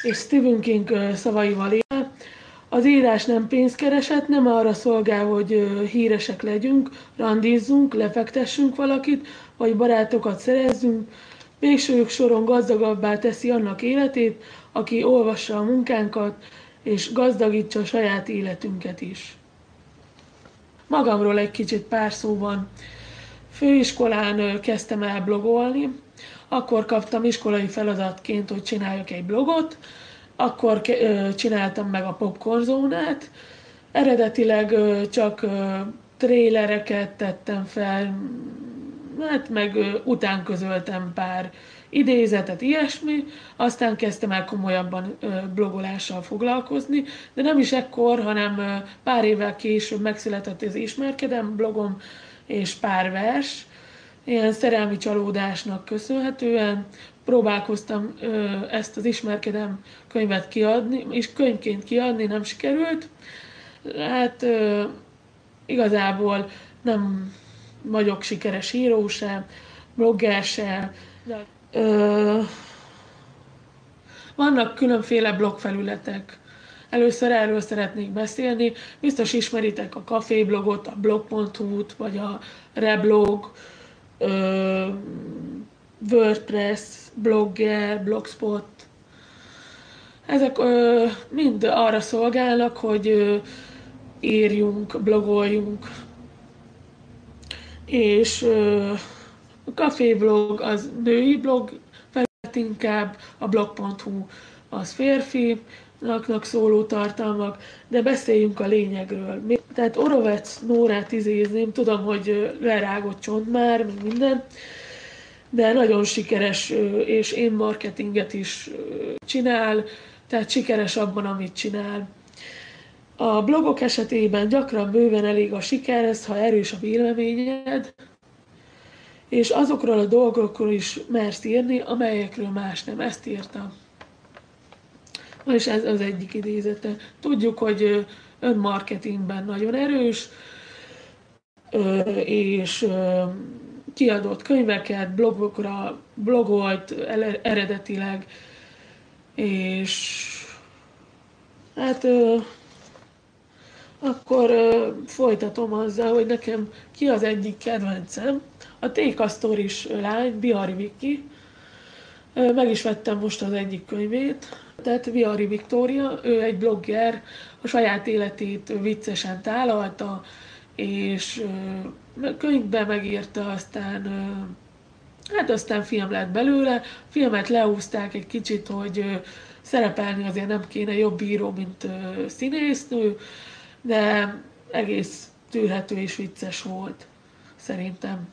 és Stephen King szavaival él. Az írás nem pénzkereset, nem arra szolgál, hogy híresek legyünk, randizzunk, lefektessünk valakit, vagy barátokat szerezzünk. Végső soron gazdagabbá teszi annak életét, aki olvassa a munkánkat, és gazdagítsa a saját életünket is. Magamról egy kicsit pár szóban. Főiskolán kezdtem el blogolni, akkor kaptam iskolai feladatként, hogy csináljak egy blogot, akkor csináltam meg a Popcorn Zónát. Eredetileg csak trélereket tettem fel, hát meg utánközöltem pár idézetet, ilyesmi, aztán kezdtem el komolyabban blogolással foglalkozni, de nem is ekkor, hanem pár évvel később megszületett az Ismerkedem blogom és pár vers, ilyen szerelmi csalódásnak köszönhetően próbálkoztam ezt az Ismerkedem könyvet kiadni, és könyvként kiadni nem sikerült. Hát igazából nem vagyok sikeres író sem, blogger sem. Ö, vannak különféle blogfelületek. Először erről szeretnék beszélni. Biztos ismeritek a kaféblogot, a blog.hu-t, vagy a Reblog, WordPress, Blogger, Blogspot. Ezek mind arra szolgálnak, hogy írjunk, blogoljunk. És a kaféblog az női blog felett inkább, a blog.hu az férfinaknak szóló tartalmak, de beszéljünk a lényegről. Tehát Orovec Nórát idézném, tudom, hogy lerágott csont már, meg minden, de nagyon sikeres, és én marketinget is csinál, tehát sikeres abban, amit csinál. A blogok esetében gyakran bőven elég a sikerhez, ha erős a véleményed, és azokról a dolgokról is mersz írni, amelyekről más nem. Ezt írtam. És ez az egyik idézete. Tudjuk, hogy önmarketingben nagyon erős, és kiadott könyveket, blogokra blogolt eredetileg, és hát akkor folytatom azzal, hogy nekem ki az egyik kedvencem. A T-Kastoris lány, Bihari Viki. Meg is vettem most az egyik könyvét. Tehát Bihari Viktória, ő egy blogger, a saját életét viccesen tálalta, és könyvbe megírta, aztán film lett belőle. Filmet leúzták egy kicsit, hogy szerepelni azért nem kéne, jobb író, mint színésznő, de egész tűrhető és vicces volt, szerintem.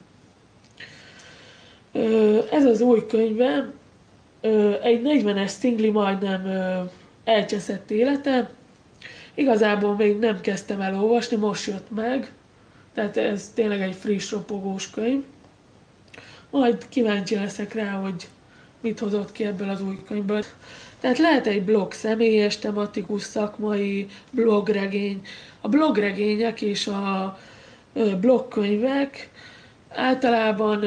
Ez az új könyve, egy 40-es szingli majdnem elcseszett élete. Igazából még nem kezdtem el olvasni, most jött meg, tehát ez tényleg egy friss, ropogós könyv. Majd kíváncsi leszek rá, hogy mit hozott ki ebből az új könyvből. Tehát lehet egy blog személyes, tematikus, szakmai, blogregény. A blogregények és a blogkönyvek általában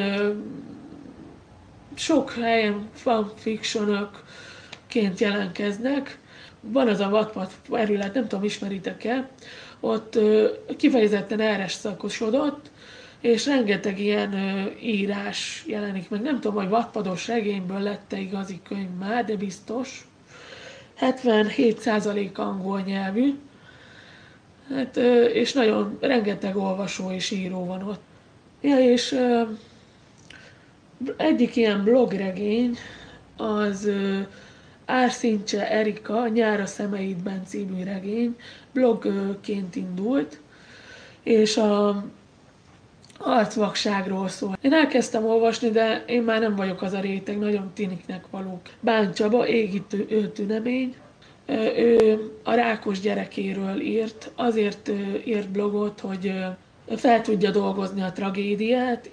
sok helyen fanfictionokként jelentkeznek. Van az a Wattpad felület, nem tudom, ismeritek-e, ott kifejezetten erre szakosodott, és rengeteg ilyen írás jelenik meg. Nem tudom, hogy Wattpados regényből lett-e igazi könyv már, de biztos. 77% angol nyelvű, hát, és nagyon rengeteg olvasó és író van ott. Ja, és egyik ilyen blogregény az Árszintse Erika Nyár a szemeidben című regény, blogként indult, és a arcvakságról szól. Én elkezdtem olvasni, de én már nem vagyok az a réteg, nagyon tiniknek való. Bán Csaba, Égi tünemény. Ő a rákos gyerekéről írt, azért írt blogot, hogy fel tudja dolgozni a tragédiát,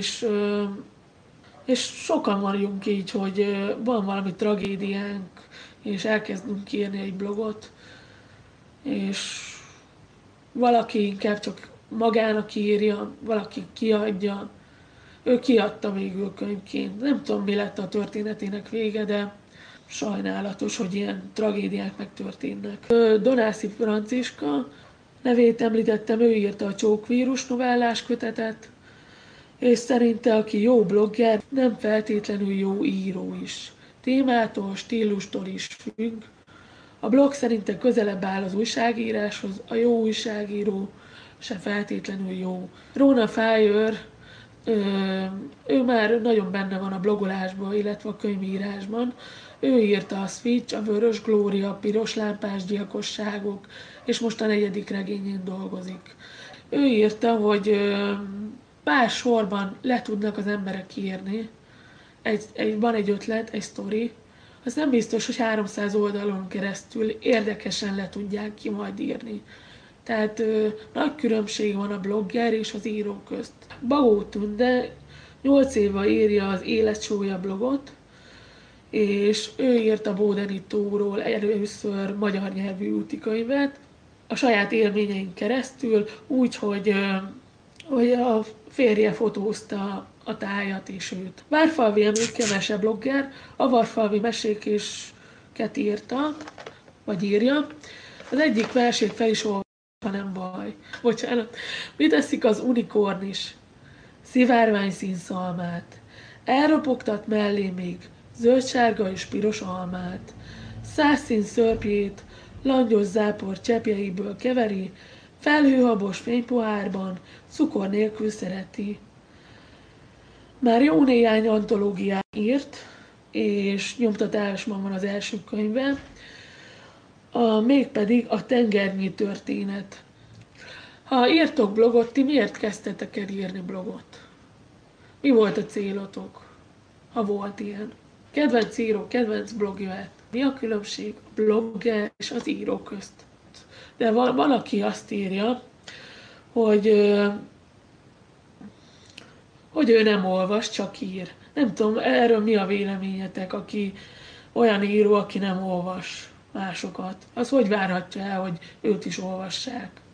és sokan vagyunk így, hogy van valami tragédiánk, és elkezdünk írni egy blogot, és valaki inkább csak magának írja, valaki kiadja. Ő kiadta végül könyvként. Nem tudom, mi lett a történetének vége, de sajnálatos, hogy ilyen tragédiák megtörténnek. Donászi Franciska nevét említettem, ő írta a Csókvírus novellás kötetet, és szerinte aki jó blogger, nem feltétlenül jó író is. Témától, stílustól is függ. A blog szerinte közelebb áll az újságíráshoz, a jó újságíró se feltétlenül jó. Rona Fire, ő már nagyon benne van a blogolásban, illetve a könyvírásban. Ő írta a Switch, a Vörös Glória, a Piros lámpás gyilkosságok, és most a 4. regényén dolgozik. Ő írta, hogy pár sorban le tudnak az emberek írni, van egy ötlet, egy sztori, az nem biztos, hogy 300 oldalon keresztül érdekesen le tudják ki majd írni. Tehát nagy különbség van a blogger és az író közt. Bagó Tunde 8 éve írja az Életsója blogot, és ő írt a Bódeni tóról először magyar nyelvű útikönyvet, a saját élményein keresztül, úgy, hogy a férje fotózta a tájat és őt. Várfalvi Emléke meseblogger, a Várfalvi meséket írta, vagy írja. Az egyik versét fel is olvastam, ha nem baj. Bocsánat. Mit eszik az unikornis? Szivárvány színszalmát. Elropogtat mellé még zöldsárga és piros almát. 100 szín szörpjét langyos zápor cseppjeiből keveri, felhőhabos fénypohárban, cukor nélkül szereti. Már jó néhány antológiát írt, és nyomtatásban van az első könyve, mégpedig a Tengernyi történet. Ha írtok blogot, ti miért kezdtetek el írni blogot? Mi volt a célotok, ha volt ilyen? Kedvenc író, kedvenc blogjövet. Mi a különbség a blogger és az író közt? De van aki azt írja, hogy ő nem olvas, csak ír. Nem tudom, erről mi a véleményetek, aki olyan író, aki nem olvas másokat. Az hogy várhatja el, hogy őt is olvassák?